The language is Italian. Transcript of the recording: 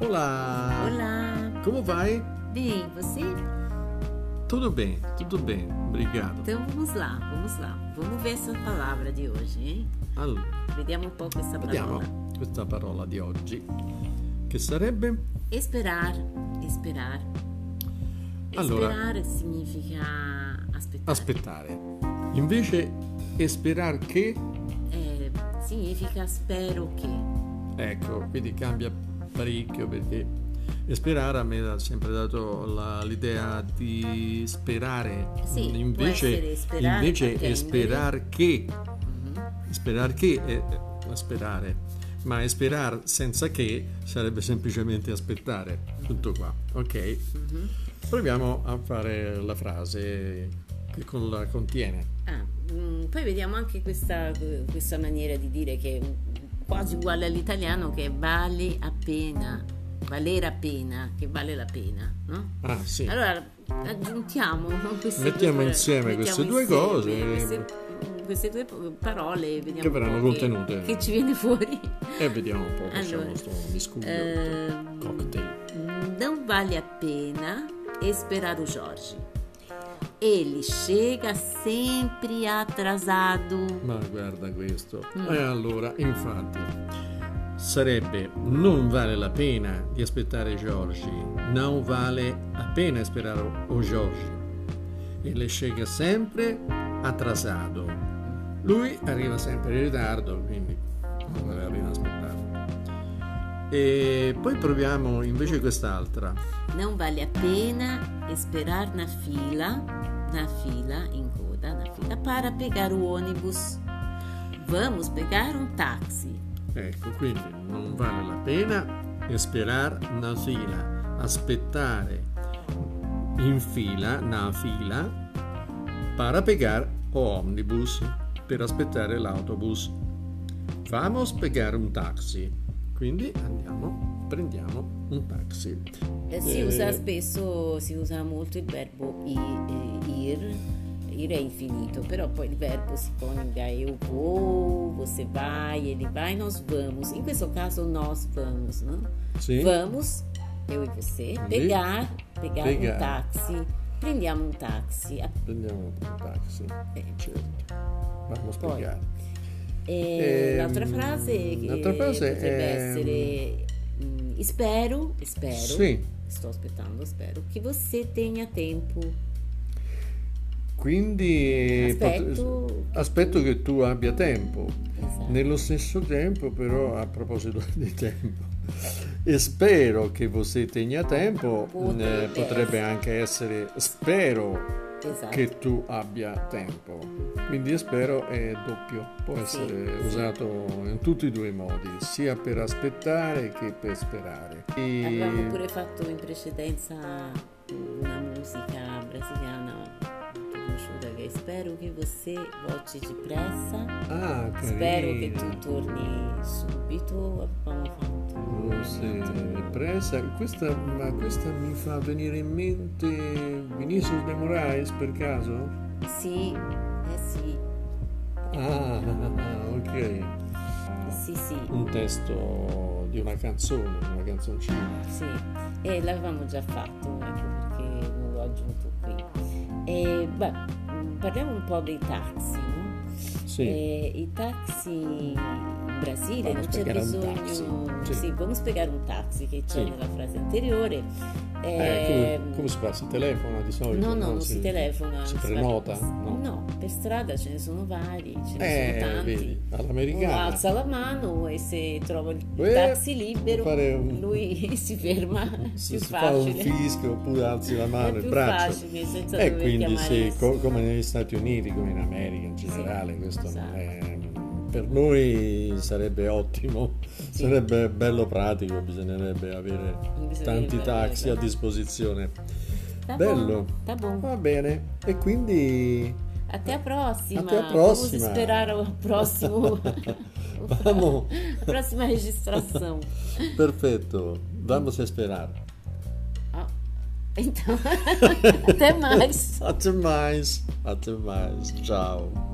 Olá! Olá! Como vai? Bem, você? Tudo bem, obrigado. Então vamos lá. Vamos ver essa palavra di oggi, hein? Allora, Vediamo un po' questa vediamo parola. questa parola di oggi, che sarebbe? Esperar. Allora, Esperar significa aspettare. aspettare. Invece, esperar che? Significa spero che. Ecco, quindi cambia parecchio perché esperare a me ha sempre dato l'idea di sperare. Sì, può invece, essere sperare, invece attendere. esperar che. Mhm. Sperare che è sperare, ma esperar senza che sarebbe semplicemente aspettare. Tutto qua, ok? Mhm. Proviamo a fare la frase che la contiene. Poi vediamo anche questa maniera di dire che è quasi uguale all'italiano, che è vale appena, valere appena, che vale la pena, no? Ah, sì. Allora aggiuntiamo Mettiamo insieme queste due cose. queste due parole, vediamo Che un verranno po' contenute. che ci viene fuori. E vediamo un po', facciamo Allora, questo miscuglio, cocktail. não vale a pena esperar o Jorge. Ele chega sempre atrasado. Ma guarda questo. E allora, infatti, sarebbe non vale la pena di aspettare Giorgi, non vale la pena sperare o Giorgi. E le scega sempre atrasato. Lui arriva sempre in ritardo, quindi non vale la pena aspettare. E poi proviamo invece quest'altra. Não vale a pena esperar na fila, em coda, na fila, para pegar o ônibus. Vamos pegar um táxi. Ecco, quindi non vale la pena esperar na fila, aspettare in fila, na fila, para pegar o omnibus, per aspettare l'autobus. Vamos pegar un taxi. Quindi prendiamo un taxi. Si usa spesso, si usa molto il verbo ir. Ir è infinito, però poi il verbo si coniuga eu vou, você vai, ele vai, nós vamos. In questo caso nós vamos, no? Sì. Vamos, eu e você, pegar um táxi. Prendiamo un taxi. Prendiamo un taxi. Certo. Vamos Poi, pegar. L'altra frase potrebbe essere spero, Sì. sto aspettando, spero che você tenha tempo. Quindi Aspetto che tu abbia tempo. Esatto. Nello stesso tempo, però, a proposito di tempo, e spero che você tenha tempo, potrebbe anche essere spero Esatto. che tu abbia tempo. Quindi spero è doppio, può essere usato in tutti e due i modi, sia per aspettare che per sperare. Avevamo pure fatto in precedenza una musica brasiliana conosciuta che è spero che você volte depressa. Ah, carino. Spero che tu torni subito. Abbiamo fatto Presa, questa mi fa venire in mente Vinicius de Moraes per caso? Sì, sì. Ah, ok. Sì. Un testo di una canzone, una canzoncina. Sì, e l'avevamo già fatto, ecco perché non l'ho aggiunto qui. Parliamo un po' dei taxi, no? Sì. I taxi in Brasile Vamos non c'è pegar un bisogno. taxi. Sì. Sì, vamos pegar un taxi che c'è nella frase anteriore. Come si fa? Si telefona di solito? No, non si telefona. Si prenota? No, per strada ce ne sono vari, ce ne sono tanti. Vedi, all'americana. Uno alza la mano e se trova il taxi libero, lui si ferma. Si più fa un facile. fischio oppure alzi la mano, È il più braccio. facile, senza E dover quindi chiamare nessuno. come negli Stati Uniti, come in America in generale, questo esatto. non è... Per noi sarebbe ottimo, sarebbe bello pratico, bisognerebbe avere tanti taxi a disposizione. Bello. Tá bom. Va bene. E quindi Até a próxima. Até a próxima. Vamos esperar o próximo. Vamos. A próxima registração. Perfetto, vamos esperar. Então, até mais. Até mais. Tchau.